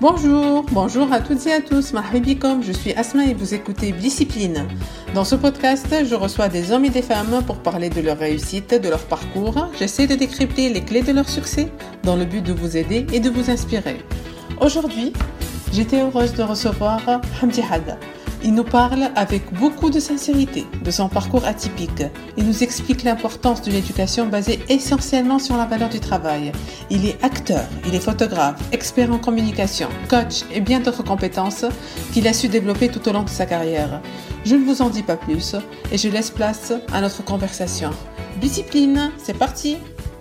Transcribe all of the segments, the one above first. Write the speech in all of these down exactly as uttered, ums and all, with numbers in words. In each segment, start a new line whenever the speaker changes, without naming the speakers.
Bonjour, bonjour à toutes et à tous, marhaba bikoum, je suis Asma et vous écoutez Discipline. Dans ce podcast, je reçois des hommes et des femmes pour parler de leur réussite, de leur parcours. J'essaie de décrypter les clés de leur succès dans le but de vous aider et de vous inspirer. Aujourd'hui, j'étais heureuse de recevoir Hamdi Hadda. Il nous parle avec beaucoup de sincérité de son parcours atypique. Il nous explique l'importance d'une éducation basée essentiellement sur la valeur du travail. Il est acteur, il est photographe, expert en communication, coach et bien d'autres compétences qu'il a su développer tout au long de sa carrière. Je ne vous en dis pas plus et je laisse place à notre conversation. Discipline, c'est parti!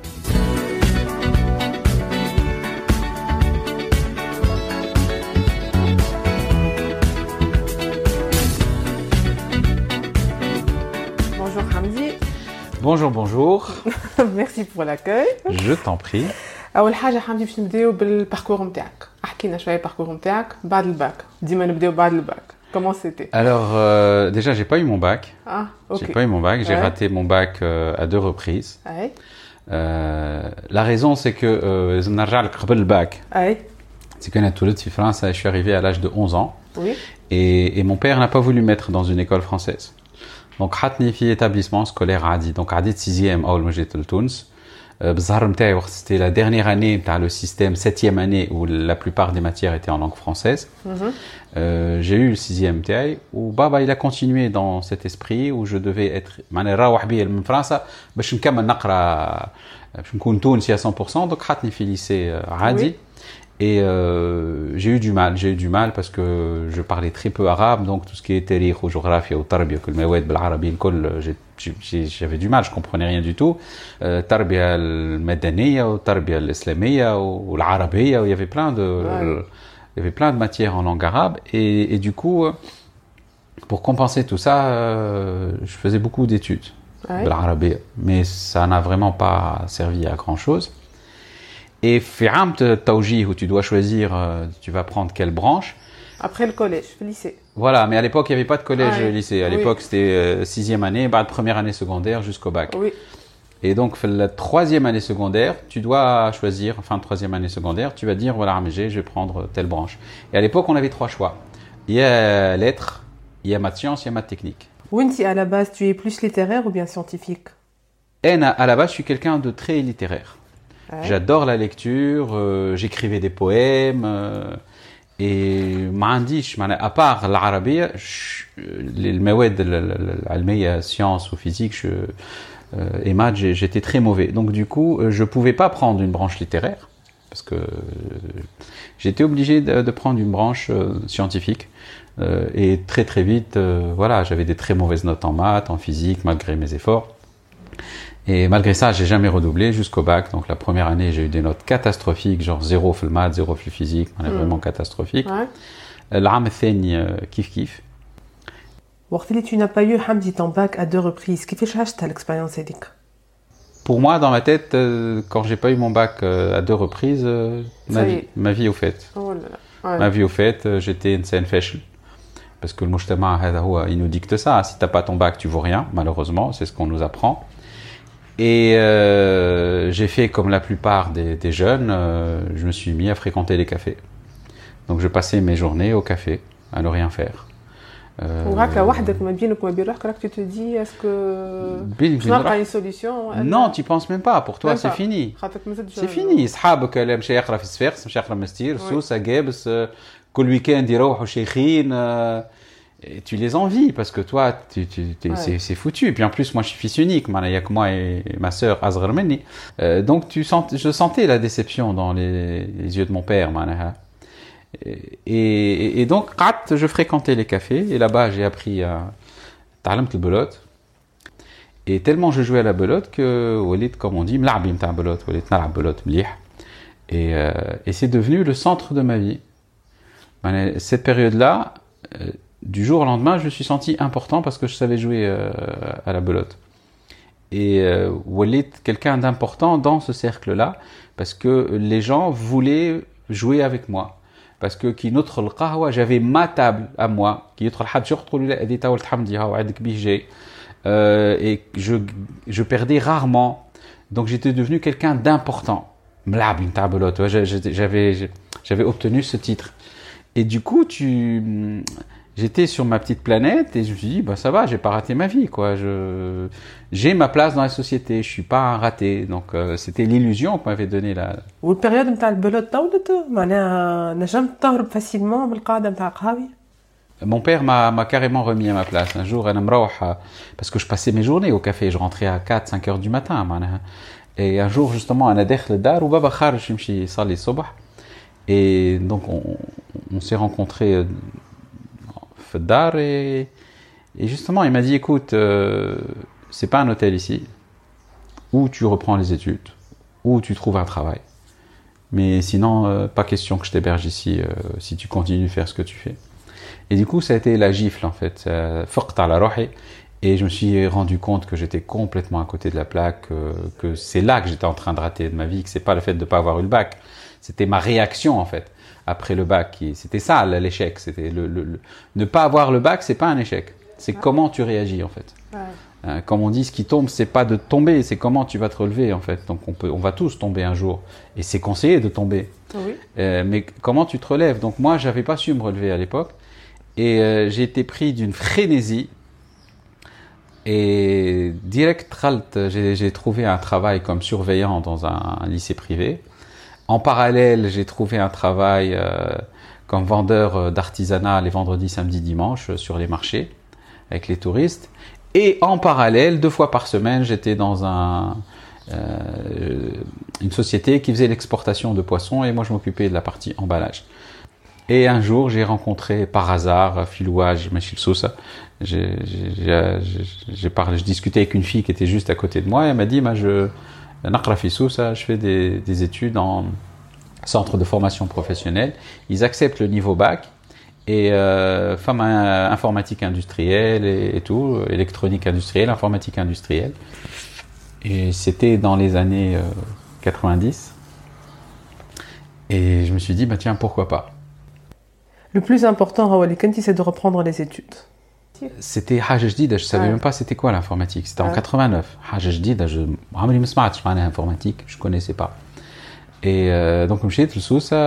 Bonjour, bonjour.
Merci pour l'accueil.
Je t'en prie.
أول حاجة حمدي باش نبداو بالباركور نتاعك. احكينا شوية الباركور نتاعك بعد الباك. ديما نبداو بعد الباك. Comment c'était?
Alors euh, déjà j'ai pas eu mon bac.
Ah, OK.
J'ai pas eu mon bac, j'ai
ouais.
raté mon bac euh, à deux reprises.
Ouais.
Euh, la raison c'est que euh, نرجع لك قبل الباك.
Ouais.
C'est qu'en Toulouse, en France, je suis arrivé à l'âge de onze ans.
Oui.
Et, et mon père n'a pas voulu me mettre dans une école française. Donc حطني في établissement scolaire عادي. Donc عديت sixième أول ما جيت لتونس. بالظهر نتاعي وقت c'était la dernière année نتاع le système septième année où la plupart des matières étaient en langue française. Mm-hmm. Euh, j'ai eu le sixième نتاعي où Baba il a continué dans cet esprit où je devais être معناها نروح بيا من فرنسا باش نكمل نقرا باش نكون تونسي à cent pour cent. Donc حطني في lycée عادي. Oui. Et euh, j'ai eu du mal, j'ai eu du mal parce que je parlais très peu arabe, donc tout ce qui est tarikh ou géographie ou tarbiya كل مواد بالعربي الكل j'avais du mal, je comprenais rien du tout. التربية المدنية والتربية الإسلامية والعربية, il y avait plein de ouais. il y avait plein de matières en langue arabe et, et du coup pour compenser tout ça, euh, je faisais beaucoup d'études ouais. بالعربية, mais ça n'a vraiment pas servi à grand chose. Et fi'am tawjih où tu dois choisir, tu vas prendre quelle branche.
Après le collège, le lycée.
Voilà, mais à l'époque il n'y avait pas de collège
ah,
lycée. À oui. l'époque c'était euh, sixième année, bah, première année secondaire jusqu'au bac.
Oui.
Et donc la troisième année secondaire, tu dois choisir, enfin troisième année secondaire, tu vas dire voilà, mais je vais prendre telle branche. Et à l'époque on avait trois choix. Il y a lettres, il y a maths sciences, il y a maths techniques.
Winti, à la base tu es plus littéraire ou bien scientifique?
Et à la base je suis quelqu'un de très littéraire. Ouais. J'adore la lecture, euh, j'écrivais des poèmes euh, et ما عنديش à part العربية المواد العلمية sciences ou physique je, euh, et maths j'étais très mauvais. Donc du coup je pouvais pas prendre une branche littéraire parce que j'étais obligé de, de prendre une branche euh, scientifique euh, et très très vite euh, voilà, j'avais des très mauvaises notes en maths, en physique malgré mes efforts. Et malgré ça, j'ai jamais redoublé jusqu'au bac. Donc la première année, j'ai eu des notes catastrophiques, genre zéro في maths, zéro في physique, on est mm. vraiment catastrophique. العام الثاني كيف كيف.
وقت اللي tu n'as pas eu Hamdi ton bac à deux reprises, كيفاش عشت l'expérience هذيك؟
Pour moi, dans ma tête, euh, quand j'ai pas eu mon bac euh, à deux reprises, euh, ma, vie, ma vie au fait.
Oh là là. Ouais.
Ma vie au fait, euh, j'étais إنسان فاشل. Parce que le mujtama هذا هو, il nous dicte ça. Si t'as pas ton bac, tu vaux rien. Malheureusement, c'est ce qu'on nous apprend. Et euh, j'ai fait comme la plupart des, des jeunes, euh, je me suis mis à fréquenter les cafés. Donc je passais mes journées au café, à ne rien faire.
Tu te dis, est-ce que je n'ai pas une solution?
Non, tu penses même pas. Pour toi, c'est fini. C'est fini. صحابك اللي مشى يقرا في الصفاقس مشى يقرا ماستير سوسه جابس كل ويكاند يروحوا شيخين. Et tu les envies parce que toi, tu, tu, ouais. c'est, c'est foutu. Et puis en plus, moi, je suis fils unique. Il n'y a que moi et, et ma sœur, Azghar Menni. Euh, donc, tu sens, je sentais la déception dans les, les yeux de mon père. Et, et, et donc, je fréquentais les cafés. Et là-bas, j'ai appris à تعلمت البلوت. Et tellement je jouais à la belote que Walid, comme on dit, ملعبي متاع belote, Walid نلعب belote مليح. Et, euh, et c'est devenu le centre de ma vie. Cette période-là, euh, du jour au lendemain, je me suis senti important parce que je savais jouer euh, à la belote. Et euh, Walid, quelqu'un d'important dans ce cercle-là, parce que les gens voulaient jouer avec moi. Parce que qui notre القهوة, j'avais ma table à moi, qui notre الحد شو تقولوا لي هذه تاول تحمديها وعندك بيه جاي. Et je je perdais rarement. Donc j'étais devenu quelqu'un d'important. Mlab, une tabelote. Ouais, j'avais, j'avais obtenu ce titre. Et du coup, tu, j'étais sur ma petite planète et je me suis dit, bah ça va, j'ai pas raté ma vie, quoi. Je, j'ai ma place dans la société. Je suis pas un raté. Donc euh, c'était l'illusion qu'on m'avait donnée là.
والبريود نتاع البلوت طولت معناها نجمت تهرب facilement من القاعدة نتاع القهاوي.
Mon père m'a, m'a carrément remis à ma place. Un jour, parce que je passais mes journées au café, je rentrais à quatre cinq heures du matin. Et un jour, justement, أنا داخل الدار وبابا خارج يمشي يصلي الصبح. Et donc, on, on s'est rencontrés في الدار et, et justement, il m'a dit, écoute, euh, c'est pas un hôtel ici, où tu reprends les études, où tu trouves un travail. Mais sinon, euh, pas question que je t'héberge ici euh, si tu continues de faire ce que tu fais. Et du coup, ça a été la gifle, en fait. Et je me suis rendu compte que j'étais complètement à côté de la plaque, que, que c'est là que j'étais en train de rater de ma vie, que c'est pas le fait de ne pas avoir eu le bac. C'était ma réaction, en fait, après le bac. C'était ça, l'échec. C'était le, le, le, ne pas avoir le bac, c'est pas un échec. C'est ouais. Comment tu réagis, en fait. Ouais. Euh, comme on dit, ce qui tombe, c'est pas de tomber, c'est comment tu vas te relever, en fait. Donc, on peut, on va tous tomber un jour. Et c'est conseillé de tomber. Oui. Euh, mais comment tu te relèves? Donc, moi, j'avais pas su me relever à l'époque. Et euh, j'ai été pris d'une frénésie. Et direct, j'ai, j'ai trouvé un travail comme surveillant dans un, un lycée privé. En parallèle, j'ai trouvé un travail euh, comme vendeur d'artisanat les vendredis, samedis, dimanches sur les marchés avec les touristes. Et en parallèle, deux fois par semaine, j'étais dans un, euh, une société qui faisait l'exportation de poissons et moi je m'occupais de la partie emballage. Et un jour, j'ai rencontré par hasard Filouage Machil Sousa. J'ai, j'ai, j'ai, j'ai parlé, je discutais avec une fille qui était juste à côté de moi et elle m'a dit, je, je fais des, des études en centre de formation professionnelle. Ils acceptent le niveau bac et euh, femme informatique industrielle et, et tout, électronique industrielle, informatique industrielle. Et c'était dans les années euh, quatre-vingt-dix. Et je me suis dit, bah tiens, pourquoi pas.
Le plus important, Rawali Kanti, c'est de reprendre les études.
C'était Haja Jdida, je ne savais ouais. même pas c'était quoi l'informatique. C'était ouais. en quatre-vingt-neuf. Haja Jdida, je ne informatique, je ne connaissais pas. Et euh, donc, comme je disais,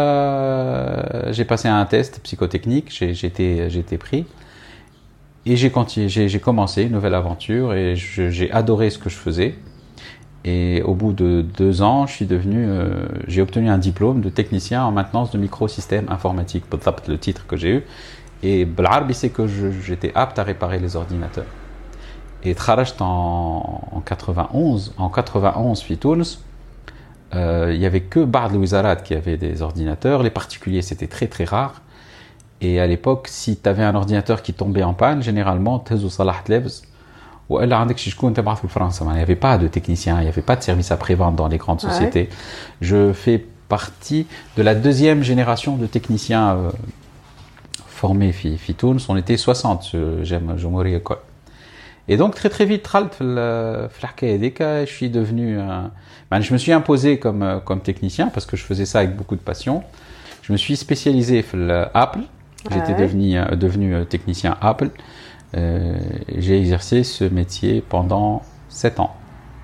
ça, j'ai passé un test psychotechnique, j'ai, j'ai, été, j'ai été pris. Et j'ai, continué, j'ai, j'ai commencé une nouvelle aventure et je, j'ai adoré ce que je faisais. Et au bout de deux ans, je suis devenu, euh, j'ai obtenu un diplôme de technicien en maintenance de microsystèmes informatiques, le titre que j'ai eu. Et Blarbi, c'est que je, j'étais apte à réparer les ordinateurs. Et Tcharajt en, en quatre-vingt-onze, en quatre-vingt-onze, Fitouns, euh, il y avait que Bard le Wizarat qui avait des ordinateurs. Les particuliers, c'était très très rare. Et à l'époque, si tu avais un ordinateur qui tombait en panne, généralement, Tezu Salah Tlebs, ou elle a un France. Il n'y avait pas de technicien, il n'y avait pas de service après-vente dans les grandes sociétés. Ouais. Je fais partie de la deuxième génération de techniciens euh, formés Fitouns. On était soixante, j'aime, je m'aurais école. Et donc très très vite, je suis devenu, un... ben, je me suis imposé comme comme technicien parce que je faisais ça avec beaucoup de passion. Je me suis spécialisé dans Apple. J'étais ouais. devenu devenu technicien Apple. Euh, j'ai exercé ce métier pendant sept ans.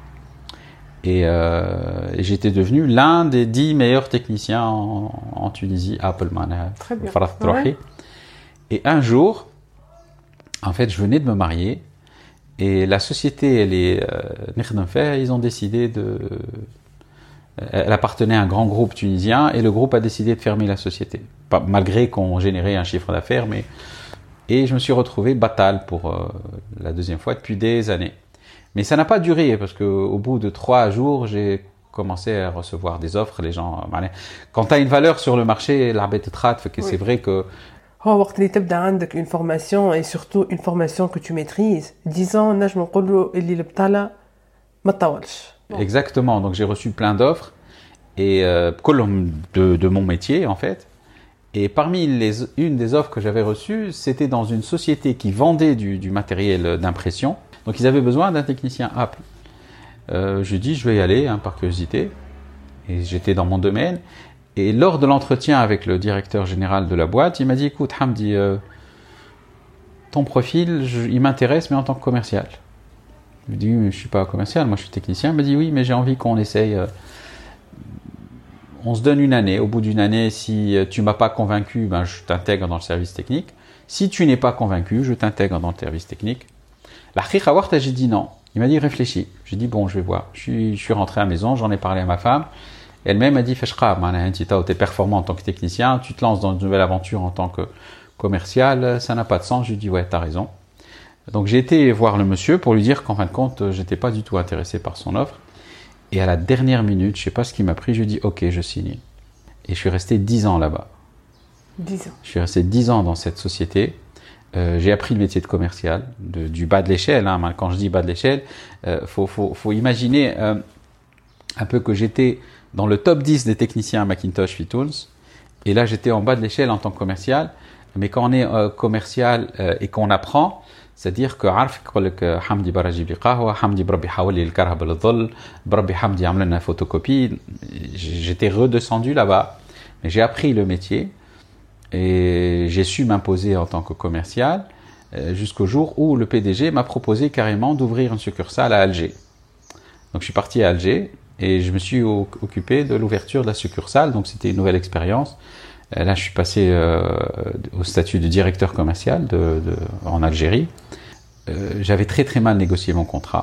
Et, euh, et j'étais devenu l'un des dix meilleurs techniciens en, en Tunisie, Apple Man.
Très bien.
Ouais. Et un jour, en fait, je venais de me marier et la société, elle est, euh, ils ont décidé de... Elle appartenait à un grand groupe tunisien et le groupe a décidé de fermer la société. Pas, malgré qu'on générait un chiffre d'affaires, mais... Et je me suis retrouvé batal pour euh, la deuxième fois depuis des années. Mais ça n'a pas duré parce qu'au bout de trois jours, j'ai commencé à recevoir des offres. Les gens, quand tu as une valeur sur le marché, l'arbitre trade, fait que oui. C'est vrai que...
هو وقت اللي تبدا عندك une formation et surtout une formation que tu maîtrises, disons نجم نقولوا اللي البطالة ما تطولش.
Exactement. Donc j'ai reçu plein d'offres et euh, de, de mon métier en fait. Et parmi les, une des offres que j'avais reçues, c'était dans une société qui vendait du, du matériel d'impression. Donc ils avaient besoin d'un technicien Apple. Euh, je dis, je vais y aller hein, par curiosité. Et j'étais dans mon domaine. Et lors de l'entretien avec le directeur général de la boîte, il m'a dit, écoute Hamdi, euh, ton profil, je, il m'intéresse, mais en tant que commercial. Je lui ai dit, je ne suis pas commercial, moi je suis technicien. Il m'a dit, oui, mais j'ai envie qu'on essaye... Euh, on se donne une année. Au bout d'une année, si tu m'as pas convaincu, ben, je t'intègre dans le service technique. Si tu n'es pas convaincu, je t'intègre dans le service technique. La haqiqa waqta, j'ai dit non. Il m'a dit réfléchis. J'ai dit bon, je vais voir. Je suis, je suis rentré à la maison, j'en ai parlé à ma femme. Elle-même a dit fashqa, tu es performant en tant que technicien, tu te lances dans une nouvelle aventure en tant que commercial, ça n'a pas de sens. Je lui ai dit ouais, t'as raison. Donc j'ai été voir le monsieur pour lui dire qu'en fin de compte, j'étais pas du tout intéressé par son offre. Et à la dernière minute, je sais pas ce qui m'a pris, je lui ai dit ok, je signe. Et je suis resté dix ans là-bas.
dix ans.
Je suis resté dix ans dans cette société. Euh, j'ai appris le métier de commercial, de, du bas de l'échelle. Hein. Quand je dis bas de l'échelle, euh, faut, faut, faut imaginer euh, un peu que j'étais dans le top dix des techniciens à Macintosh Fitools. Et là, j'étais en bas de l'échelle en tant que commercial. Mais quand on est euh, commercial euh, et qu'on apprend, c'est-à-dire que عارف يقول لك حمدي برا جيب لي قهوة حمدي بربي حول لي الكرهبة للظل بربي حمدي عمل لنا photocopie. J'étais redescendu là-bas, mais j'ai appris le métier et j'ai su m'imposer en tant que commercial euh, jusqu'au jour où le P D G m'a proposé carrément d'ouvrir une succursale à Alger. Donc je suis parti à Alger et je me suis au- occupé de l'ouverture de la succursale. Donc c'était une nouvelle expérience. Là, je suis passé euh, au statut de directeur commercial de, de, en Algérie. Euh, j'avais très très mal négocié mon contrat.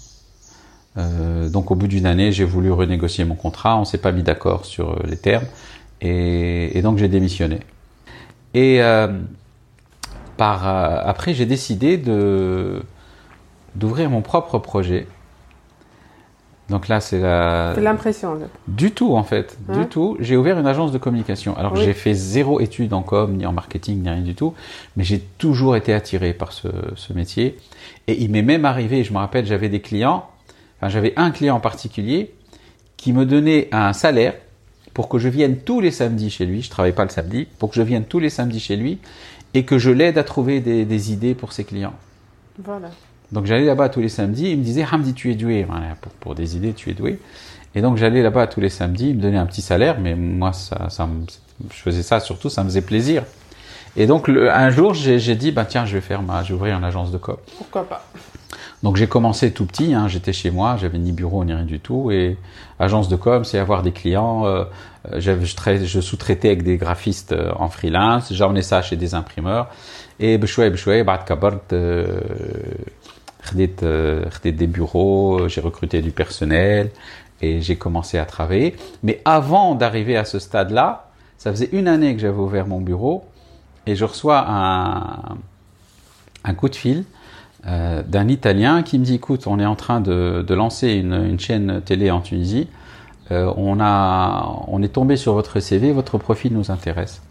Euh, donc au bout d'une année, j'ai voulu renégocier mon contrat. On s'est pas mis d'accord sur les termes. Et, et donc j'ai démissionné. Et euh, par, euh, après, j'ai décidé de, d'ouvrir mon propre projet. Donc là, c'est la...
C'est l'impression. Là.
Du tout, en fait.
Ouais.
Du tout. J'ai ouvert une agence de communication. Alors,
Oui.
j'ai fait zéro étude en com, ni en marketing, ni rien du tout. Mais j'ai toujours été attiré par ce, ce métier. Et il m'est même arrivé, je me rappelle, j'avais des clients, enfin, j'avais un client en particulier qui me donnait un salaire pour que je vienne tous les samedis chez lui. Je travaille pas le samedi. Pour que je vienne tous les samedis chez lui et que je l'aide à trouver des, des idées pour ses clients.
Voilà.
Donc j'allais là-bas tous les samedis, il me disait Hamdi, tu es doué, voilà, pour, pour des idées, tu es doué. Et donc j'allais là-bas tous les samedis, il me donnait un petit salaire, mais moi ça, ça me- je faisais ça surtout, ça me faisait plaisir. Et donc le, un jour j'ai, j'ai dit bah tiens, je vais faire ma, je vais ouvrir une agence de com.
Pourquoi pas?
Donc j'ai commencé tout petit, hein, j'étais chez moi, j'avais ni bureau ni rien du tout, et agence de com, c'est avoir des clients. Euh, j'avais, je, trai- je sous-traitais avec des graphistes euh, en freelance, j'emmenais ça chez des imprimeurs, et bchoué bchoué, بعد كبرت, euh, خديت, euh, خديت des bureaux, j'ai recruté du personnel, et j'ai commencé à travailler. Mais avant d'arriver à ce stade-là, ça faisait une année que j'avais ouvert mon bureau, et je reçois un, un coup de fil euh, d'un Italien qui me dit écoute, on est en train de, de lancer une, une chaîne télé en Tunisie, euh, on, a, on est tombé sur votre C V, votre profil nous intéresse.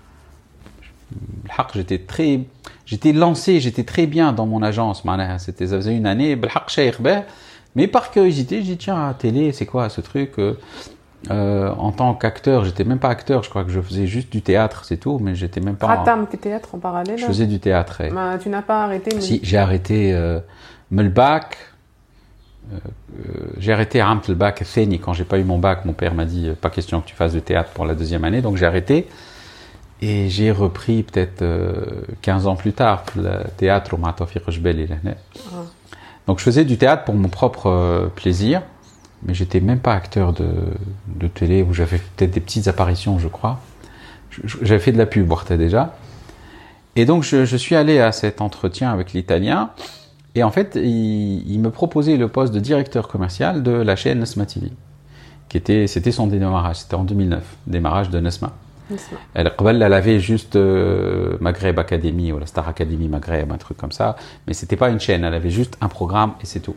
بالحق, j'étais très, j'étais lancé, j'étais très bien dans mon agence, معناها, c'était, ça faisait une année, بالحق شايخ به, mais par curiosité, je dis tiens, à télé, c'est quoi ce truc euh, euh, en tant qu'acteur, j'étais même pas acteur, je crois que je faisais juste du théâtre, c'est tout, mais j'étais même pas. En...
Ratam, que théâtre en parallèle.
Je faisais du théâtre. Et...
Mais tu n'as pas arrêté. Mais...
Si, j'ai arrêté euh, le bac. Euh, euh, j'ai arrêté à le bac Feni quand j'ai pas eu mon bac. Mon père m'a dit pas question que tu fasses de théâtre pour la deuxième année, donc j'ai arrêté. Et j'ai repris peut-être euh, quinze ans plus tard le théâtre au Matofiq Jbel. Donc je faisais du théâtre pour mon propre euh, plaisir. Mais j'étais même pas acteur de, de télé, où j'avais peut-être des petites apparitions, je crois. Je, j'avais fait de la pub, déjà. Et donc, je, je suis allé à cet entretien avec l'Italien. Et en fait, il, il me proposait le poste de directeur commercial de la chaîne Nesma T V. Qui était, c'était son démarrage, c'était en deux mille neuf, démarrage de Nesma. Nesma. Elle, elle avait juste euh, Maghreb Academy, ou la Star Academy Maghreb, un truc comme ça. Mais c'était pas une chaîne, elle avait juste un programme et c'est tout.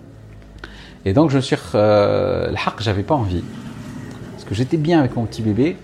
Et donc, je me suis euh, le haq, j'avais pas envie. Parce que j'étais bien avec mon petit bébé.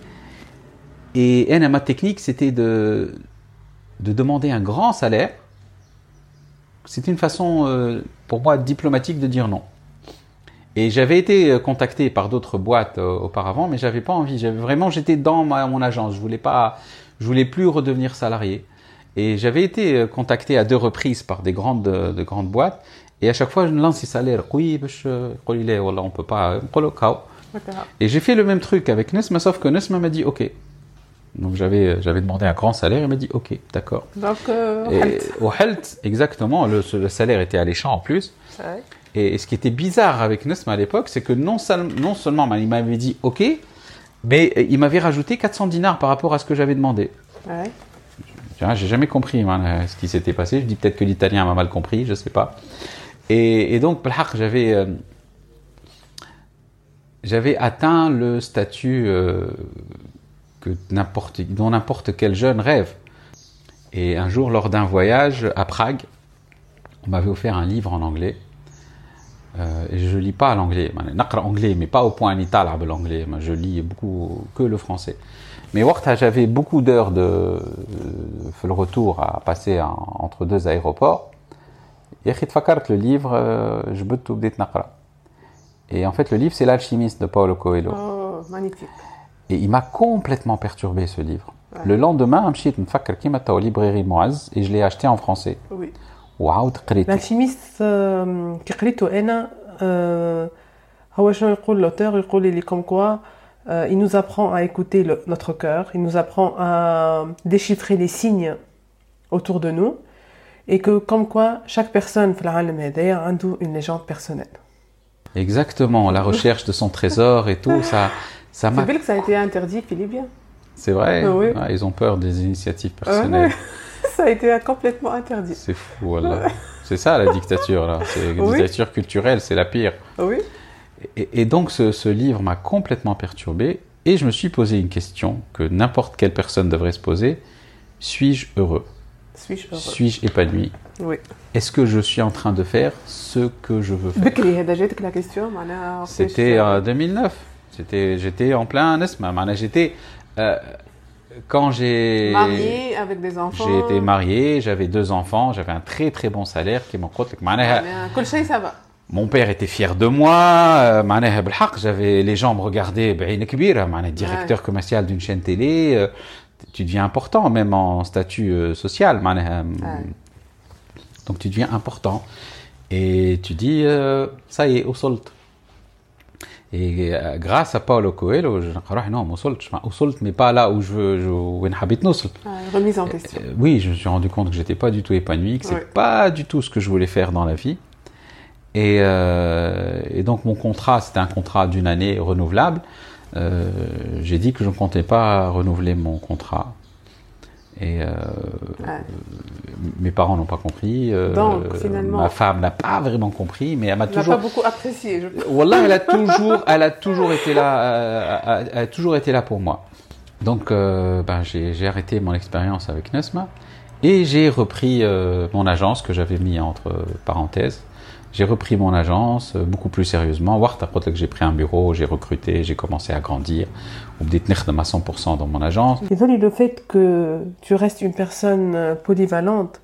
Et elle, ma technique, c'était de, de demander un grand salaire. C'était une façon, euh, pour moi, diplomatique de dire non. Et j'avais été contacté par d'autres boîtes euh, auparavant, mais j'avais pas envie. J'avais vraiment, j'étais dans ma, mon agence. Je voulais pas, je voulais plus redevenir salarié. Et j'avais été contacté à deux reprises par des grandes, de grandes boîtes. Et à chaque fois, je me lance les salaires. Oui, on peut pas. Et j'ai fait le même truc avec Nesma, sauf que Nesma m'a dit OK. Donc j'avais, j'avais demandé un grand salaire, il m'a dit OK, d'accord.
Donc, euh,
et, au Helt, exactement, le, le salaire était alléchant en plus.
Ouais.
Et, et ce qui était bizarre avec Nesma à l'époque, c'est que non, non seulement il m'avait dit OK, Mais il m'avait rajouté quatre cents dinars par rapport à ce que j'avais demandé.
Ouais.
J'ai jamais compris hein, ce qui s'était passé. Je dis peut-être que l'italien m'a mal compris, je sais pas. Et, et donc, j'avais euh, j'avais atteint le statut euh, que n'importe, dont n'importe quel jeune rêve. Et un jour, lors d'un voyage à Prague, on m'avait offert un livre en anglais. Euh, et je lis pas l'anglais, anglais, mais pas au point nital l'anglais. Je lis beaucoup que le français. Mais j'avais beaucoup d'heures de, de le retour à passer en, entre deux aéroports. Et le livre, je peux tout Et en fait, le livre, c'est L'Alchimiste de Paulo Coelho.
Oh, magnifique.
Et il m'a complètement perturbé ce livre. Ouais. Le lendemain, je suis allé à la librairie Moaz et je l'ai acheté en français.
Oui.
وعاود قريته.
الالشيميست كي قريته انا هو شنو يقول l'auteur يقول لي comme quoi il nous apprend à écouter le, notre cœur, il nous apprend à déchiffrer les signes autour de nous et que comme quoi chaque personne في العالم هذايا عنده une légende personnelle.
Exactement, la recherche de son trésor et tout ça ça m'a.
C'est bien que ça a été interdit Philippe.
C'est vrai.
Oui.
Ah, ils ont peur des initiatives personnelles.
Ça a été complètement interdit.
C'est fou, voilà. C'est ça la dictature, là. C'est la
oui.
dictature culturelle, c'est la pire.
Oui.
Et, et donc, ce, ce livre m'a complètement perturbé et je me suis posé une question que n'importe quelle personne devrait se poser. Suis-je heureux ?
Suis-je heureux ?
Suis-je épanoui ?
Oui.
Est-ce que je suis en train de faire ce que je veux faire ?
la question,
C'était en deux mille neuf. C'était, j'étais en plein Nesma. J'étais... Euh, Quand j'ai
marié avec des enfants,
j'ai été marié, j'avais deux enfants, j'avais un très très bon salaire qui m'en coûte.
ça va.
Mon père était fier de moi. J'avais les gens me regardaient, directeur ouais. commercial d'une chaîne télé. Tu deviens important, même en statut social. Ouais. Donc tu deviens important et tu dis euh, ça y est, au solt. Et grâce à Paulo Coelho, je dis non, وصلت, mais pas là où je veux, je, où حبيت نوصل.
Remise en question.
Oui, je me suis rendu compte que j'étais pas du tout épanoui, que c'est ouais. pas du tout ce que je voulais faire dans la vie. Et, euh, et donc mon contrat, c'était un contrat d'une année renouvelable. Euh, j'ai dit que je ne comptais pas renouveler mon contrat. Et euh, ouais. mes parents n'ont pas compris. Euh,
Donc, finalement,
ma femme n'a pas vraiment compris, mais elle m'a
elle
toujours.
Elle n'a pas beaucoup apprécié. Je...
Wallah, elle a toujours, elle a toujours été là, euh, elle a toujours été là pour moi. Donc, euh, ben, j'ai, j'ai arrêté mon expérience avec Nesma et j'ai repris euh, mon agence que j'avais mis entre parenthèses. J'ai repris mon agence beaucoup plus sérieusement. J'ai pris un bureau, j'ai recruté, j'ai commencé à grandir. À cent pour cent dans mon agence.
Désolé, le fait que tu restes une personne polyvalente,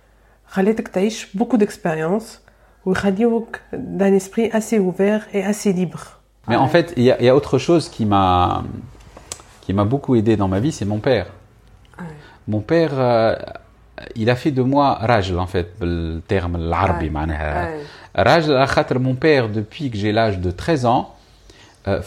tu as beaucoup d'expérience ou d'un esprit assez ouvert et assez libre.
Mais en fait, il y, y a autre chose qui m'a, qui m'a beaucoup aidé dans ma vie, c'est mon père. Ouais. Mon père, euh, il a fait de moi rajl, en fait, le terme l'arabi. Ouais. Rajl, à khatr mon père, depuis que j'ai l'âge de treize ans, euh,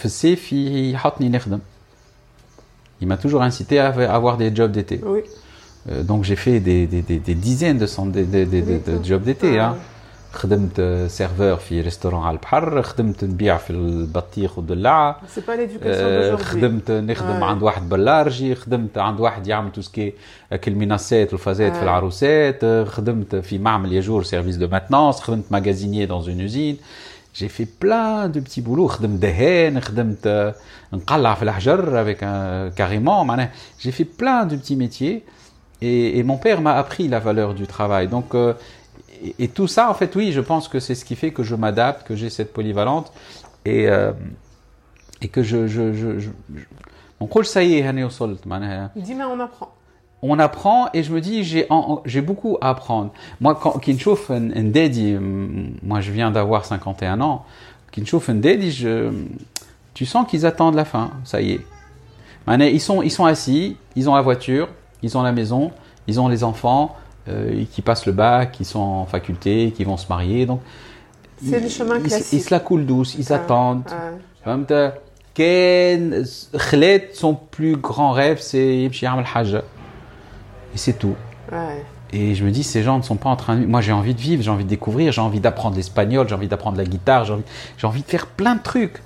il m'a toujours incité à avoir des jobs d'été.
Oui.
Euh, donc j'ai fait des, des, des, des dizaines de, de, de, de, de, de jobs d'été. Ah, hein. خدمت سيرفور في ريستورون على البحر، خدمت نبيع في البطيخ والدلاعة.
C'est pas l'éducation d'aujourd'hui.
خدمت نخدم عند واحد بلارجي، خدمت عند واحد يعمل توسكي كالميناسات والفازات في العروسات، خدمت في معمل ياجور سيرفيس دو ماتنانس، خدمت ماغازينيer dans une usine. J'ai fait plein de petits boulots. خدمت دهان، خدمت نقلع في الحجر avec un carrément. J'ai fait plein de petits métiers et, et mon père m'a appris la valeur du travail. Donc euh, Et, et tout ça, en fait, oui, je pense que c'est ce qui fait que je m'adapte, que j'ai cette polyvalente et, euh, et que je... je, je, je, je... Mon coach, ça y est,
dis, mais on apprend.
On apprend et je me dis, j'ai, en, j'ai beaucoup à apprendre. Moi, quand Kinchouf Ndedi, moi je viens d'avoir cinquante et un ans, Kinchouf Ndedi, je, tu sens qu'ils attendent la fin, ça y est. Ils sont, ils sont assis, ils ont la voiture, ils ont la maison, ils ont les enfants, Euh, qui passent le bac, qui sont en faculté, qui vont se marier. Donc,
c'est ils, le chemin
ils,
classique.
Ils se la coulent douce, ils
ah,
attendent.
Ah.
Ken, Khaled, son plus grand rêve, c'est Yimshi Amal Haja. Et c'est tout.
Ouais.
Et je me dis, ces gens ne sont pas en train de... Moi, j'ai envie de vivre, j'ai envie de découvrir, j'ai envie d'apprendre l'espagnol, j'ai envie d'apprendre la guitare, j'ai envie, j'ai envie de faire plein de trucs.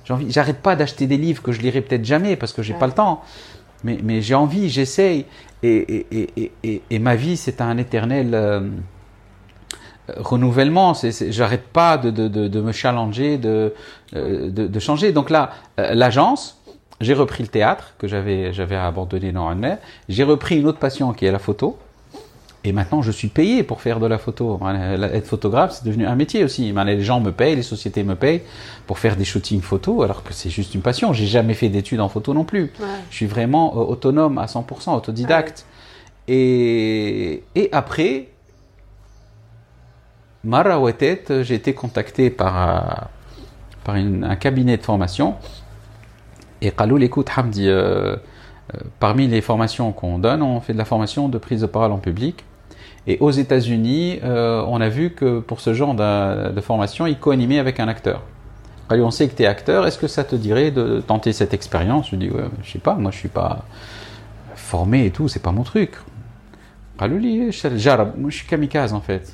j'ai envie, j'arrête pas d'acheter des livres que je lirai peut-être jamais parce que j'ai
Ouais.
pas le temps. Mais, mais j'ai envie, j'essaye. Et, et, et, et, et ma vie, c'est un éternel euh, renouvellement. C'est, c'est, j'arrête pas de, de, de, de me challenger, de, euh, de, de changer. Donc là, euh, l'agence, j'ai repris le théâtre que j'avais, j'avais abandonné normalement. J'ai repris une autre passion qui est la photo. Et maintenant, je suis payé pour faire de la photo. Être photographe, c'est devenu un métier aussi. Les gens me payent, les sociétés me payent pour faire des shootings photos, alors que c'est juste une passion. J'ai jamais fait d'études en photo non plus.
Ouais.
Je suis vraiment euh, autonome à cent pour cent, autodidacte. Ouais. Et, et après, Mara Wetet, j'ai été contacté par, par une, un cabinet de formation. Et Kaloul, écoute, Hamdi, euh, euh, parmi les formations qu'on donne, on fait de la formation de prise de parole en public. Et aux États-Unis, euh, on a vu que pour ce genre de, de formation, ils co-animaient avec un acteur. Allez, on sait que tu es acteur, est-ce que ça te dirait de tenter cette expérience? Je dis, ouais, je sais pas, moi je suis pas formé et tout, c'est pas mon truc. Moi je suis kamikaze en fait.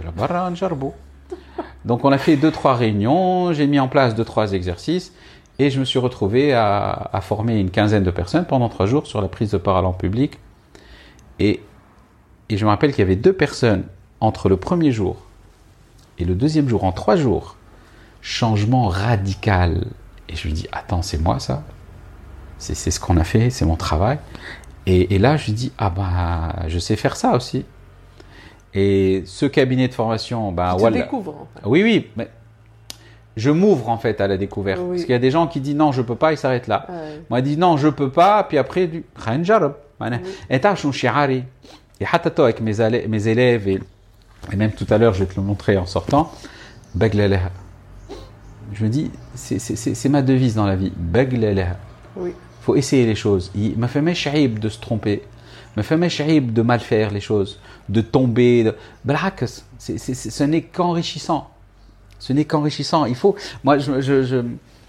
Donc on a fait deux, trois réunions, j'ai mis en place deux, trois exercices et je me suis retrouvé à, à former une quinzaine de personnes pendant trois jours sur la prise de parole en public. Et Et je me rappelle qu'il y avait deux personnes entre le premier jour et le deuxième jour, en trois jours. Changement radical. Et je lui dis, attends, c'est moi ça? C'est, c'est ce qu'on a fait, c'est mon travail. Et, et là, je lui dis, ah bah, je sais faire ça aussi. Et ce cabinet de formation, bah,
tu te
voilà.
découvres en fait.
Oui, oui, mais je m'ouvre en fait à la découverte.
Oui.
Parce qu'il y a des gens qui disent non, je peux pas, ils s'arrêtent là.
Ouais.
Moi, je dis non, je peux pas, puis après, du khanjarab. Et t'as son shi'ari. Et hatato avec mes, ale- mes élèves, et, et même tout à l'heure, je vais te le montrer en sortant, baglalaha. Je me dis, c'est, c'est, c'est, c'est ma devise dans la vie, baglalaha.
Oui.
Il faut essayer les choses. Il m'a fait méchaïb de se tromper, m'a fait méchaïb de mal faire les choses, de tomber. De... Brakas, c'est, c'est, c'est, ce n'est qu'enrichissant. Ce n'est qu'enrichissant. Il faut. Moi, je, je, je, euh,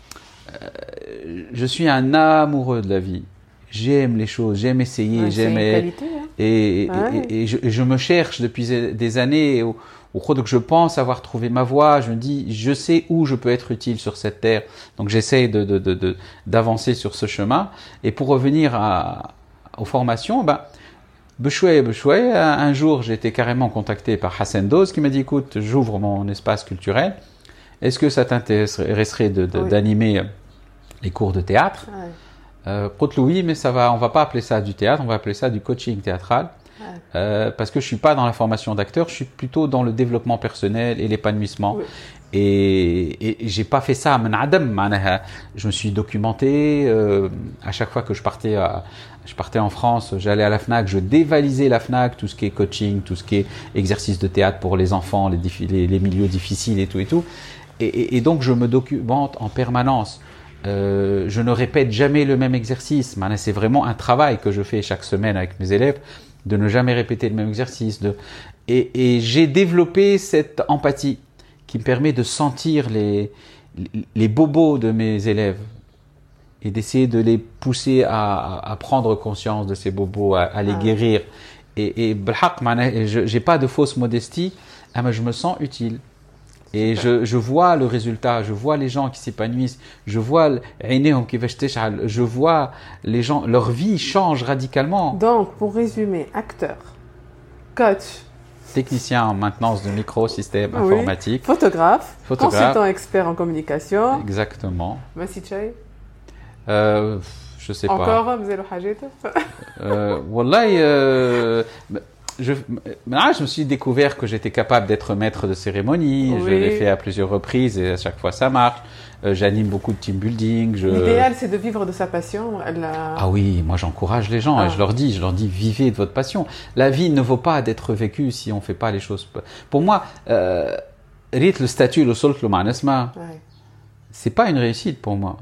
je suis un amoureux de la vie. J'aime les choses, j'aime essayer,
Ouais,
j'aime.
c'est une qualité, hein.
Et, et,
Ouais.
et, et, je, et je me cherche depuis des années. Au, au cours de que je pense avoir trouvé ma voie, je me dis, je sais où je peux être utile sur cette terre. Donc j'essaye de, de, de, de, d'avancer sur ce chemin. Et pour revenir à, aux formations, ben, Bechoué, Bechoué, un, un jour j'ai été carrément contacté par Hassan Doz qui m'a dit, écoute, j'ouvre mon espace culturel. Est-ce que ça t'intéresserait de, de,
Oui.
d'animer les cours de théâtre?
Ouais.
Euh, oui, mais ça va, on va pas appeler ça du théâtre, on va appeler ça du coaching théâtral.
Ouais.
Euh, parce que je suis pas dans la formation d'acteur, je suis plutôt dans le développement personnel et l'épanouissement.
Oui.
Et, et j'ai pas fait ça à min adam. Je me suis documenté. Euh, à chaque fois que je partais, à, je partais en France, j'allais à la Fnac, je dévalisais la Fnac, tout ce qui est coaching, tout ce qui est exercice de théâtre pour les enfants, les, les, les milieux difficiles et tout et tout. Et, et, et donc je me documente en permanence. Euh, je ne répète jamais le même exercice. C'est vraiment un travail que je fais chaque semaine avec mes élèves, de ne jamais répéter le même exercice. De... Et, et j'ai développé cette empathie qui me permet de sentir les, les bobos de mes élèves et d'essayer de les pousser à, à prendre conscience de ces bobos, à, à les ah. guérir. Et, et je n'ai pas de fausse modestie, mais je me sens utile. Et je, je vois le résultat, je vois les gens qui s'épanouissent, je vois je vois les gens, leur vie change radicalement.
Donc, pour résumer, acteur, coach,
technicien en maintenance de microsystèmes
oui.
informatiques,
photographe,
photographe,
consultant expert en communication.
Exactement.
Massichay.
Euh, je sais
Encore,
pas.
Encore, vous avez le
euh, Wallahi, euh, Je, là, je me suis découvert que j'étais capable d'être maître de cérémonie. Oui. Je l'ai fait à plusieurs reprises et à chaque fois ça marche. Euh, j'anime beaucoup de team building. Je...
L'idéal, c'est de vivre de sa passion. La...
Ah oui, moi j'encourage les gens. Ah. Et je leur dis, je leur dis, vivez de votre passion. La vie ne vaut pas d'être vécue si on fait pas les choses. Pour moi, euh, le statut, le sol, le manesma, c'est pas une réussite pour moi.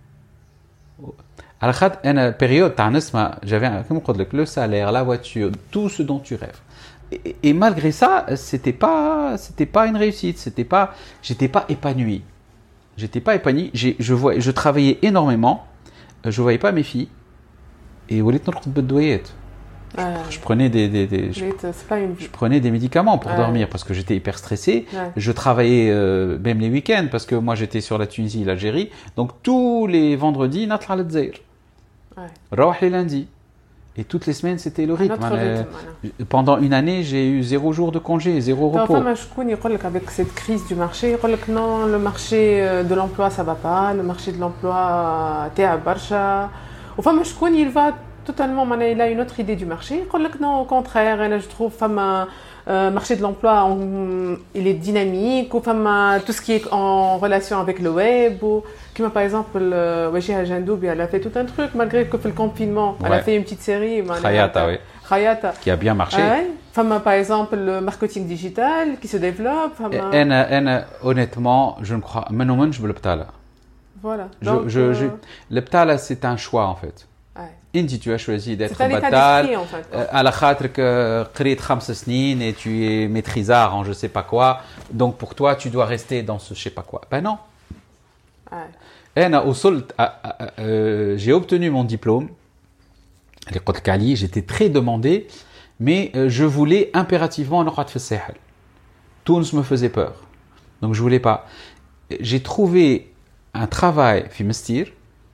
À la période, j'avais le salaire, la voiture, tout ce dont tu rêves. Et, et malgré ça, c'était pas, c'était pas une réussite. C'était pas, j'étais pas épanoui. J'étais pas épanoui. J'ai, je vois, je travaillais énormément. Je voyais pas mes filles. Et
Ouais.
Je, je prenais des, des, des je,
c'est pas une vie.
je prenais des médicaments pour
Ouais.
dormir parce que j'étais hyper stressé.
Ouais.
Je travaillais euh, même les week-ends parce que moi j'étais sur la Tunisie, l'Algérie. Donc tous les vendredis, نطلع للجزائر.
Ouais.
نروح les lundis. Et toutes les semaines, c'était le
Un
rythme.
autre
Hein,
rythme,
euh, Pendant une année, j'ai eu zéro jour de congé, zéro
voilà.
repos.
Enfin, شكون يقول لك avec cette crise du marché, يقول لك non, le marché euh, de l'emploi ça va pas, le marché de l'emploi تاعب برشا. وفما شكون il va totalement معناها il a une autre idée du marché, يقول لك non, au contraire, انا je trouve فما euh, marché de l'emploi on, il est dynamique, ou فما tout ce qui est en relation avec le web, ou comme par exemple Wajiha Jandoubi, elle a fait tout un truc malgré que le confinement, elle
Ouais.
a fait une petite série
Khayata, oui.
Khayata.
Qui a bien marché.
Ouais. Femme, par exemple, le marketing digital qui se développe. Femme,
Et, أنا- أنا, honnêtement, je ne crois ما نؤمنش بالبطالة.
voilà.
Je,
Donc,
je,
euh,
je, le btala, c'est un choix en fait.
ouais.
Indy, tu as choisi d'être
C'est un état
batal.
d'esprit en fait.
Euh, à la خاطرك euh, قريت خمس سنين et tu es maîtrisard en je sais pas quoi. Donc pour toi, tu dois rester dans ce je sais pas quoi. Ben non.
Ouais.
أنا وصلت à- à- à- euh, j'ai obtenu mon diplôme. اللي قلت لك عليه, j'étais très demandé, mais euh, je voulais impérativement نقعد في الساحل. Tunis me faisait peur. Donc je voulais pas. J'ai trouvé un travail في Mestir.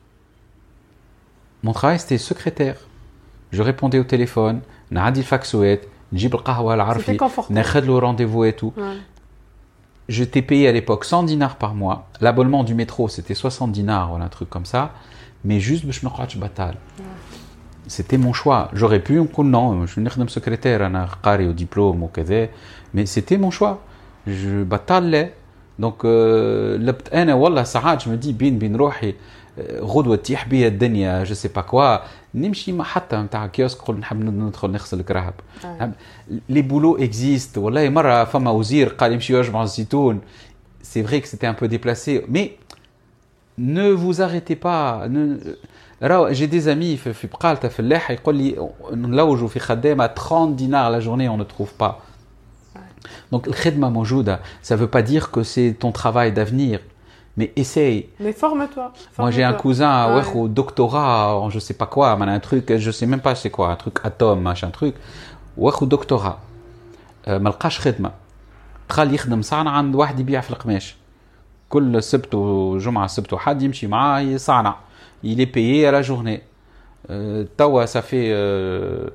Mon travail c'était secrétaire. Je répondais au téléphone, نعدي الفاكسوات, نجيب القهوة
C'était
العرفي,
confortable.
ناخذ le rendez-vous et tout.
Ouais.
Je t'ai payé à l'époque cent dinars par mois. L'abonnement du métro, c'était soixante dinars, voilà, un truc comme ça. Mais juste, باش ما نقعدش بطال. C'était mon choix. J'aurais pu نقول non, je نخدم secrétaire, أنا قاري au diplôme وكذا. Mais c'était mon choix. Je بطال لا. Donc, euh, لبت أنا والله ساعات je me dis بين بين روحي euh, غدوة تيح بيا الدنيا, je sais pas quoi. نمشي مع حتى نتاع كيوسك نقول نحب ندخل نغسل الكرهب. Les boulots existent. والله مرة فما وزير قال يمشي يجمع الزيتون. C'est vrai que c'était un peu déplacé, mais ne vous arrêtez pas. Ne... راهو j'ai des amis في في بقالته فلاح يقول لي نلوجوا في خدامة trente dinars la journée, on ne trouve pas. Donc الخدمة موجودة. Ça veut pas dire que c'est ton travail d'avenir, mais essaye.
Mais forme-toi.
Moi j'ai un
forme-toi.
cousin
Ouais.
ouais, au doctorat en je sais pas quoi, man, un truc, je sais même pas c'est quoi, un truc atome, machin truc. واخد دكتوراه ما لقاش خدمه قال يخدم صانع عند واحد يبيع في القماش كل سبت وجمعه سبت وحد يمشي معاه يصانع il est payé à la journée euh, توا ça fait euh,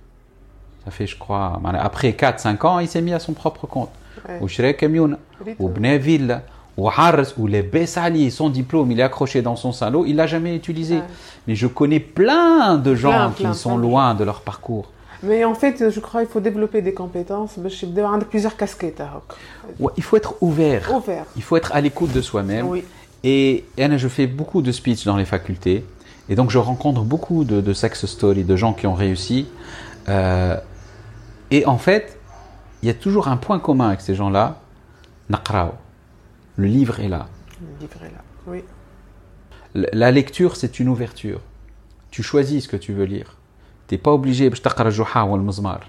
ça fait je crois après quatre cinq ans il s'est mis à son propre compte
Ouais.
وشرى كاميونه وبنى فيلا وحارس ولاباس عليه son diplôme il est accroché dans son salaud il l'a jamais utilisé.
Ouais.
Mais je connais plein de gens
Plein,
qui
plein,
sont
plein de
loin de leur parcours.
Mais en fait, je crois qu'il faut développer des compétences. باش يبداو عندك plusieurs casquettes. هاك.
Ouais, il faut être ouvert.
Ouvert.
Il faut être à l'écoute de soi-même.
Oui.
Et Anna, je fais beaucoup de speech dans les facultés. Et donc, je rencontre beaucoup de, de success stories, de gens qui ont réussi. Euh, et en fait, il y a toujours un point commun avec ces gens-là. Naqrao. Le livre est là.
Le livre est là. Oui.
L- La lecture, c'est une ouverture. Tu choisis ce que tu veux lire. Tu n'es pas obligé باش تقرا الجحا والمزمار.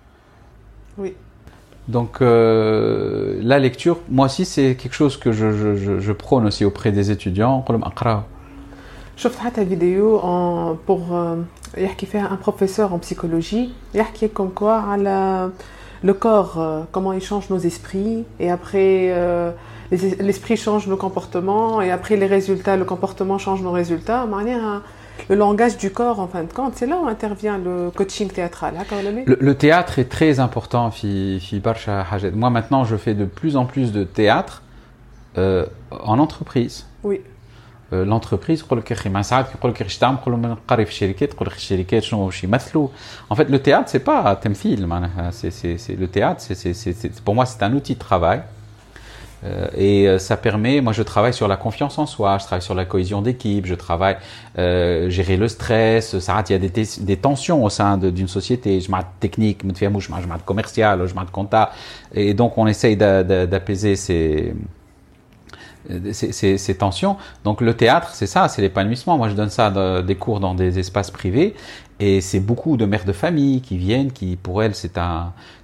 Oui.
Donc, euh, la lecture, moi aussi, c'est quelque chose que je, je, je, je prône aussi auprès des étudiants. نقول لهم اقراوا.
شفت حتى فيديو en pour euh, يحكي فيها un professeur en psychologie يحكي comme quoi على le corps euh, comment il change nos esprits et après euh, les- l'esprit change nos comportements et après les résultats le comportement change nos résultats معناها le langage du corps en fin de compte c'est là où intervient le coaching théâtral هكا ولا لا؟
Le, le théâtre est très important. في في برشا حاجات. Moi, maintenant, je fais de plus en plus de théâtre euh, en entreprise.
Oui.
Euh, l'entreprise يقول لك يا اخي مع ساعات يقول لك ايش تعمل؟ نقول لهم نقري في الشركات. يقول لك الشركات شنو باش يمثلوا. En fait, le théâtre c'est pas تمثيل معناها. C'est c'est c'est le théâtre. C'est c'est c'est c'est- pour moi c'est un outil de travail. Euh, et euh, ça permet, moi je travaille sur la confiance en soi, je travaille sur la cohésion d'équipe, je travaille euh, gérer le stress, ça il y a des, tes- des tensions au sein de- d'une société, je m'arrête technique, je m'arrête commercial, je m'arrête compta, et donc on essaye d'a- d'a- d'apaiser ces, ces, ces, ces tensions. Donc le théâtre, c'est ça, c'est l'épanouissement. Moi je donne ça de- des cours dans des espaces privés, et c'est beaucoup de mères de famille qui viennent, qui pour elles c'est un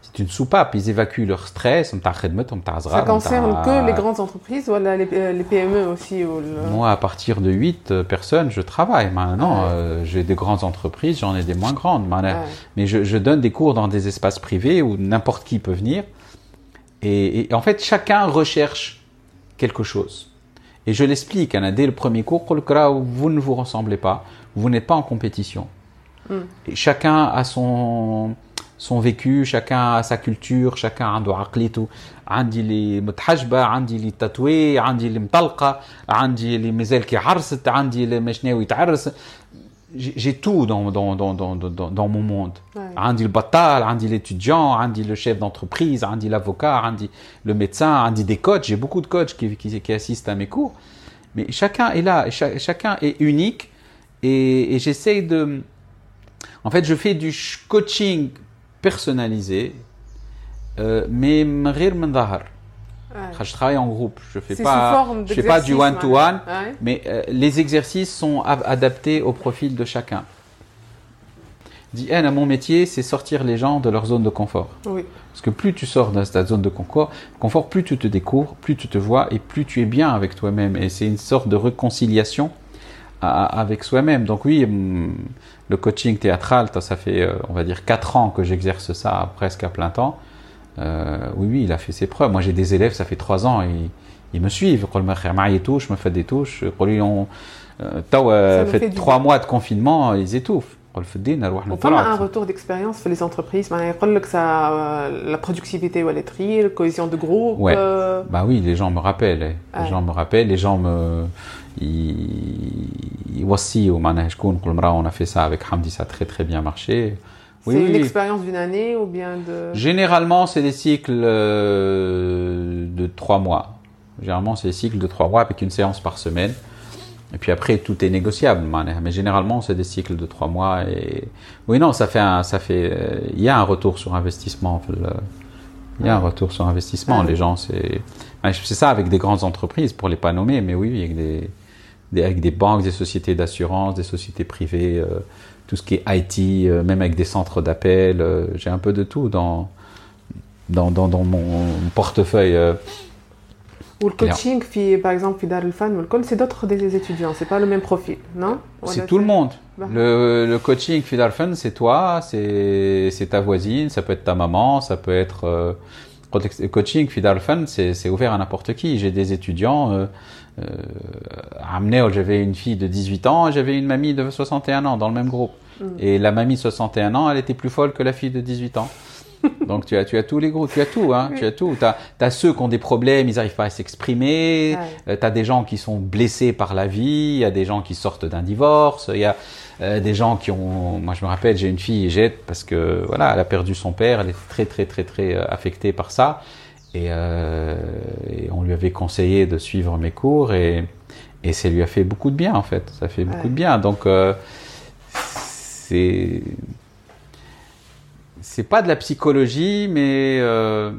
c'est une soupape. Ils évacuent leur stress.
Ça concerne que les grandes entreprises ou les, les P M E aussi ou le...
Moi, à partir de huit personnes, je travaille. Maintenant,
ouais.
euh, j'ai des grandes entreprises, j'en ai des moins grandes.
Ouais.
Mais je, je donne des cours dans des espaces privés où n'importe qui peut venir. Et, et en fait, chacun recherche quelque chose. Et je l'explique. Hein, dès le premier cours, vous ne vous ressemblez pas. Vous n'êtes pas en compétition. Mm. Et chacun a son... son vécu, chacun a sa culture, chacun a عنده عقليته. عندي اللي متحجبة، عندي اللي تطوي، عندي اللي مطلقة، عندي اللي مازال كي عرست، عندي اللي مش ناوي تعرس. J'ai tout dans dans dans dans dans, dans mon monde. عندي البطال، عندي l'étudiant، عندي le chef d'entreprise، عندي l'avocat، عندي le médecin، عندي des coachs. J'ai beaucoup de coachs qui qui qui assistent à mes cours. Mais chacun est là, chacun est unique et, et j'essaye de. En fait, je fais du coaching personnalisé, euh, mais غير من ظهر. Ouais. Je travaille en groupe, je fais
c'est
pas, je fais pas du one to one,
ouais.
mais euh, les exercices sont adaptés au profil de chacun. Dis, hey, mon métier, c'est sortir les gens de leur zone de confort.
Oui.
Parce que plus tu sors de ta zone de confort, confort, plus tu te découvres, plus tu te vois et plus tu es bien avec toi-même. Et c'est une sorte de réconciliation à, avec soi-même. Donc oui, le coaching théâtral, ça fait, on va dire, quatre ans que j'exerce ça presque à plein temps. Euh, oui, oui, il a fait ses preuves. Moi, j'ai des élèves, ça fait trois ans, ils, ils me suivent. Je me fais des touches. Ils ont fait trois mois de confinement, ils étouffent.
On parle un retour d'expérience pour les entreprises. Que ça, la productivité ou la la cohésion de groupe.
Ouais. Euh... Bah oui, les gens me rappellent. Les ouais. gens me rappellent. Les gens me. Ils aussi au manège on a fait ça avec Hamdi, ça a très très bien marché.
Oui, c'est une oui. expérience d'une année ou bien de...
Généralement, c'est des cycles de trois mois. Généralement, c'est des cycles de trois mois avec une séance par semaine. Et puis après, tout est négociable. Mais généralement, c'est des cycles de trois mois. Et oui, non, ça fait, un, ça fait. Il y a un retour sur investissement. Il y a un retour sur investissement. Ah, les gens, c'est. C'est ça avec des grandes entreprises, pour les pas nommer. Mais oui, avec des, des avec des banques, des sociétés d'assurance, des sociétés privées. Euh, tout ce qui est I T, euh, même avec des centres d'appel, euh, j'ai un peu de tout dans, dans, dans, dans mon portefeuille. Euh.
Ou le coaching, fi, par exemple, Dar el-Fan, c'est d'autres des étudiants, c'est pas le même profil, non?
C'est tout le monde. Bah. Le, le coaching, Dar el-Fan, c'est toi, c'est ta voisine, ça peut être ta maman, ça peut être... Euh, le coaching, Dar el-Fan, c'est ouvert à n'importe qui. J'ai des étudiants... Euh, Euh, Amneo, j'avais une fille de dix-huit ans et j'avais une mamie de soixante et un ans dans le même groupe. Mm. Et la mamie de soixante et un ans, elle était plus folle que la fille de dix-huit ans. Donc tu as, tu as tous les groupes, tu as tout, hein, oui. tu as tout. Tu as, as ceux qui ont des problèmes, ils n'arrivent pas à s'exprimer. Ouais. Euh, tu as des gens qui sont blessés par la vie, il y a des gens qui sortent d'un divorce, il y a euh, des gens qui ont... Moi je me rappelle, j'ai une fille, Jette, parce que voilà, elle a perdu son père, elle est très très très très euh, affectée par ça. Et, euh, et on lui avait conseillé de suivre mes cours et, et ça lui a fait beaucoup de bien en fait. Ça fait beaucoup ouais. de bien. Donc euh, c'est c'est pas de la psychologie, mais euh,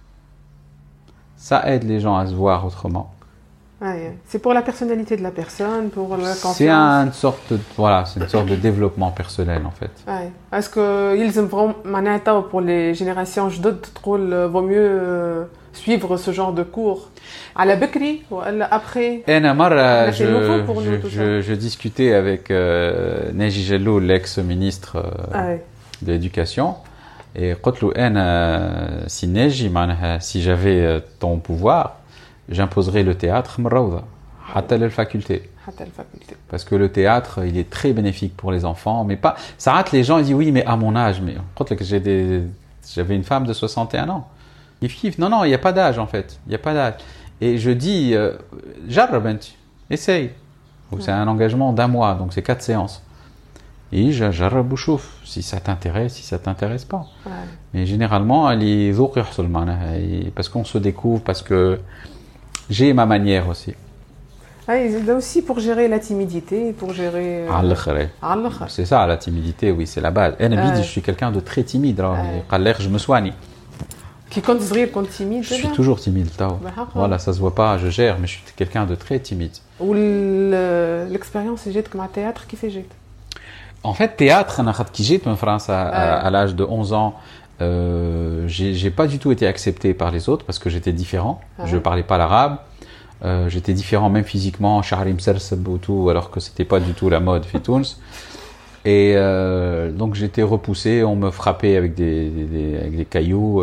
ça aide les gens à se voir autrement.
Ouais. C'est pour la personnalité de la personne, pour la confiance.
C'est une sorte de, voilà, c'est une sorte de développement personnel en fait.
Ouais. Est-ce que ils vraiment pour les générations jeunes, vaut mieux suivre ce genre de cours à la Bekri ou après?
أنا مرة je, je, je, je discutais avec euh, Neji Jalloul, l'ex-ministre euh, ouais. de l'éducation, et قلت له أنا si Neji معناها si j'avais ton pouvoir, j'imposerai le théâtre مرة حتى للفاكولté. Parce que le théâtre, il est très bénéfique pour les enfants, mais pas. Ça rate les gens, ils disent oui, mais à mon âge, mais j'ai des, j'avais une femme de soixante et un ans. Kif kif. Non, non, il n'y a pas d'âge en fait. Il n'y a pas d'âge. Et je dis, jarrab enti, essaye. C'est un engagement d'un mois, donc c'est quatre séances. Et jarrab ou chouf, si ça t'intéresse, si ça t'intéresse pas. Ouais. Mais généralement, les parce qu'on se découvre, parce que j'ai ma manière aussi.
Ah, aussi pour gérer la timidité, pour gérer...
Euh... C'est ça, la timidité, oui, c'est la base. Euh... Je suis quelqu'un de très timide, alors euh... je me soigne.
Qui compte vrai, compte timide?
Je suis toujours timide, tao. Voilà, ça se voit pas, je gère, mais je suis quelqu'un de très timide.
Ou l'expérience que j'ai comme un théâtre, qui fait j'ai?
En fait, théâtre, qui j'ai en France à, à, à l'âge de onze ans, Euh, j'ai, j'ai pas du tout été accepté par les autres parce que j'étais différent.
Ah.
Je parlais pas l'arabe. Euh, j'étais différent même physiquement, sha'ri mserseb ou tout, alors que c'était pas du tout la mode fi Tunis. Et euh, donc j'étais repoussé, on me frappait avec des, des, des, avec des cailloux.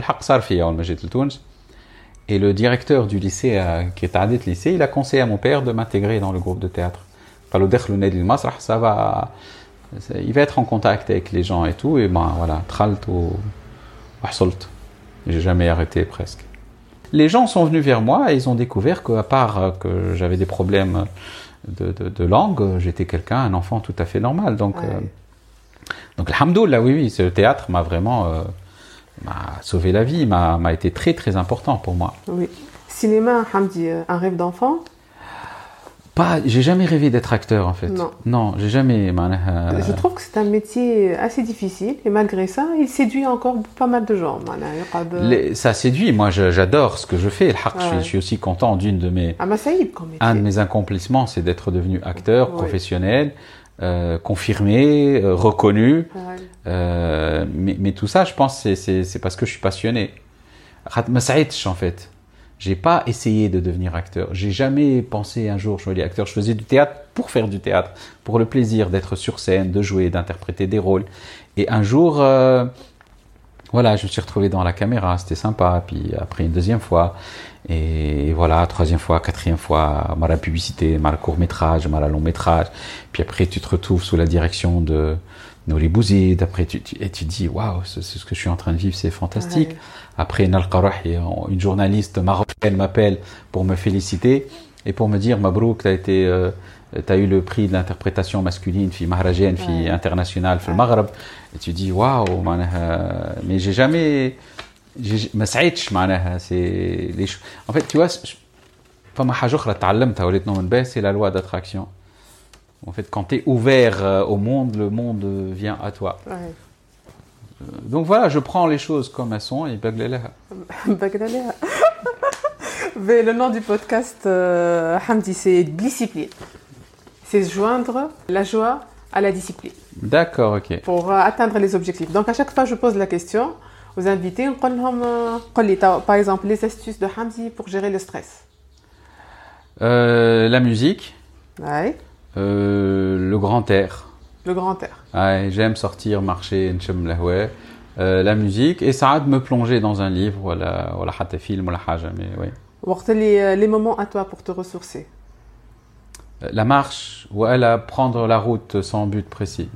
Et le directeur du lycée, euh, qui est à le lycée, il a conseillé à mon père de m'intégrer dans le groupe de théâtre. Ça va, il va être en contact avec les gens et tout. Et ben voilà, tralt ou wahsolt. J'ai jamais arrêté presque. Les gens sont venus vers moi et ils ont découvert qu'à part que j'avais des problèmes de, de, de langue, j'étais quelqu'un, un enfant tout à fait normal. Donc, ouais. euh, donc alhamdoulilah, oui, oui, ce théâtre m'a vraiment euh, m'a sauvé la vie, m'a, m'a été très très important pour moi.
Oui. Cinéma, Hamdi, un rêve d'enfant?
Pas, j'ai jamais rêvé d'être acteur en fait.
Non.
Non, j'ai jamais. Euh...
Je trouve que c'est un métier assez difficile et malgré ça, il séduit encore pas mal de gens.
Les, ça séduit. Moi, je, j'adore ce que je fais. Ah, ouais. je, suis, je suis aussi content d'une de mes.
Ah, bah, ça y est, comme métier.
Un de mes accomplissements, c'est d'être devenu acteur ouais. professionnel, euh, confirmé, euh, reconnu. Ouais. Euh, mais, mais tout ça, je pense, c'est, c'est, c'est parce que je suis passionné. En fait. J'ai pas essayé de devenir acteur. J'ai jamais pensé un jour je vais être acteur. Je faisais du théâtre pour faire du théâtre, pour le plaisir d'être sur scène, de jouer, d'interpréter des rôles. Et un jour, euh, voilà, je me suis retrouvé dans la caméra, c'était sympa. Puis après une deuxième fois, et voilà, troisième fois, quatrième fois, ma la publicité, ma la court métrage, ma la long métrage. Puis après, tu te retrouves sous la direction de Nouri Bouzid. Après, tu, tu, et tu te dis, waouh, c'est, c'est ce que je suis en train de vivre, c'est fantastique. Ouais. Après, Nal Qaroui, une journaliste marocaine m'appelle pour me féliciter et pour me dire, Mabrouk, t'as été, euh, t'as eu le prix de l'interprétation masculine, fille mahrajienne, fille ouais. internationale, fille ouais. Maghreb. Et tu dis, waouh, mais j'ai jamais, j'ai, ma saïtch, c'est les choses. En fait, tu vois, فما حاجة أخرى تعلمتها وليت نؤمن بها, c'est la loi d'attraction. En fait, quand tu es ouvert au monde, le monde vient à toi. Ouais. Donc voilà, je prends les choses comme elles sont et baglaléha.
Baglaléha. Le nom du podcast, euh, Hamdi, c'est discipline. C'est joindre la joie à la discipline.
D'accord, ok.
Pour euh, atteindre les objectifs. Donc à chaque fois, je pose la question aux invités. On dit, par exemple, les astuces de Hamdi pour gérer le stress.
Euh, la musique.
Ouais.
Euh, le grand air.
Le grand air.
Ouais, j'aime sortir, marcher, n'chem lahoué. Euh, la musique et ça aide me plonger dans un livre ou un film ou la haja, mais oui.
Les, les moments à toi pour te ressourcer.
La marche ou à prendre la route sans but précis.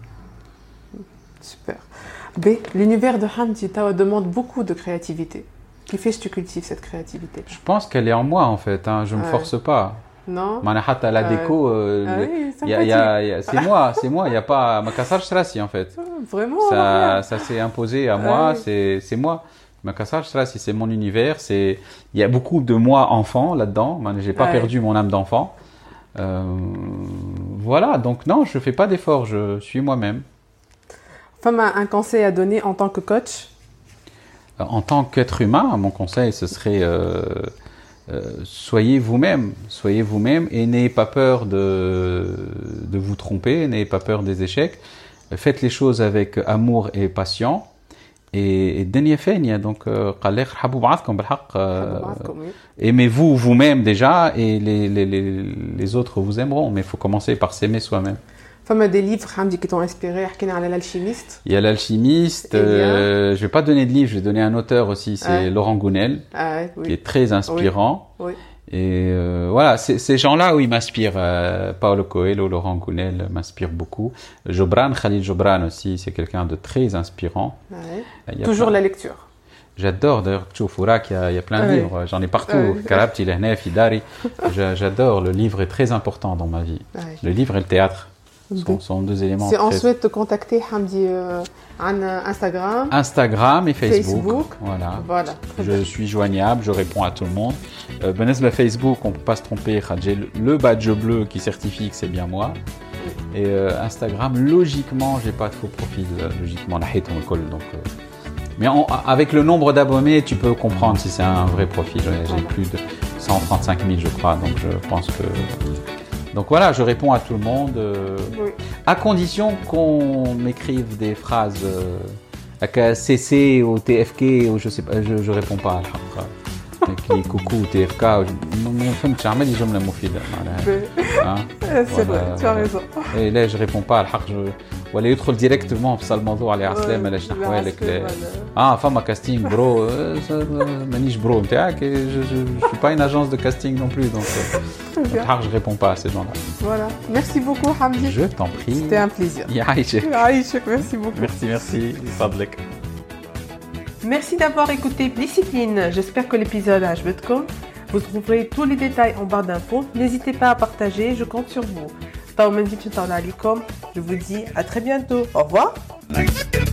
Super. B, l'univers de Hamdi demande beaucoup de créativité. Qui fait que tu cultives cette créativité?
Je pense qu'elle est en moi en fait, hein. Je ne me ouais. force pas.
Non.
Manahata la déco, euh, ah oui, y a, y a, y a, c'est moi, c'est moi. Il y a pas Makassar Strassi en fait.
Vraiment.
Ça, ça s'est imposé à moi. Ah oui. C'est, c'est moi. Makassar Strassi, c'est mon univers. C'est, il y a beaucoup de moi enfant là-dedans. J'ai pas ah perdu oui. mon âme d'enfant. Euh, voilà. Donc non, je fais pas d'efforts. Je suis moi-même.
Femme a un conseil à donner en tant que coach.
En tant qu'être humain, mon conseil, ce serait euh, euh, soyez vous-même, soyez vous-même et n'ayez pas peur de, de vous tromper, n'ayez pas peur des échecs. Faites les choses avec amour et passion. Et dernier fait, donc euh, aimez-vous vous-même déjà et les, les, les, les autres vous aimeront. Mais il faut commencer par s'aimer soi-même.
Femme des livres Hamdi qui t'ont inspiré, l'alchimiste.
Il y a l'alchimiste. Euh, je vais pas donner de livre, je vais donner un auteur aussi. C'est ah. Laurent Gounel, ah, oui. qui est très inspirant. Oui. Oui. Et euh, voilà, c'est, ces gens-là, où ils m'inspirent. Euh, Paulo Coelho, Laurent Gounel m'inspire beaucoup. Jobran, Khalil Jobran aussi, c'est quelqu'un de très inspirant.
Ouais. Toujours plein... la lecture.
J'adore, d'ailleurs, Tchoufourak, il y a, il y a plein de ouais. livres. J'en ai partout. Karabt, il est Fidari. J'adore, le livre est très important dans ma vie. Ouais. Le livre et le théâtre. Ce sont, sont deux éléments.
Si on souhaite te contacter, Hamdi, euh, en Instagram.
Instagram et Facebook.
Facebook.
Voilà.
voilà.
Je bien. suis joignable, je réponds à tout le monde. Euh, ben, le Facebook, on ne peut pas se tromper. J'ai le badge bleu qui certifie que c'est bien moi. Oui. Et euh, Instagram, logiquement, j'ai pas de faux profil. Logiquement, la hate on colle. Donc, euh... mais on, avec le nombre d'abonnés, tu peux comprendre si c'est un vrai profil. J'ai, j'ai plus de cent trente-cinq mille, je crois. Donc, je pense que. Donc voilà, je réponds à tout le monde, euh, oui. à condition qu'on m'écrive des phrases euh, هكا سي سي و تي اف كي و جو سي با جو جو ريبون با الحق كي كوكو تي اف كا ما فهمتش عملي جمله مفيده معناها
اه سي فري tu as raison
اي لا جو ريبون با الحق ولا يدخل ديريكتومون في الموضوع على عسلامه لاش نحوالك اه فما كاستينغ برو مانيش برو نتاعك جو جو با une agence de casting non plus donc الحق je réponds pas à ces gens-là.
Voilà, merci beaucoup Hamdi.
Je t'en prie.
C'était un plaisir.
يعيشك.
يعيشك, merci beaucoup.
Merci merci فضلك.
Merci d'avoir écouté Discipline. J'espère que l'épisode a عجبتكم. Vous trouverez tous les détails en barre d'infos. N'hésitez pas à partager, je compte sur vous. Je vous dis à très bientôt. Au revoir.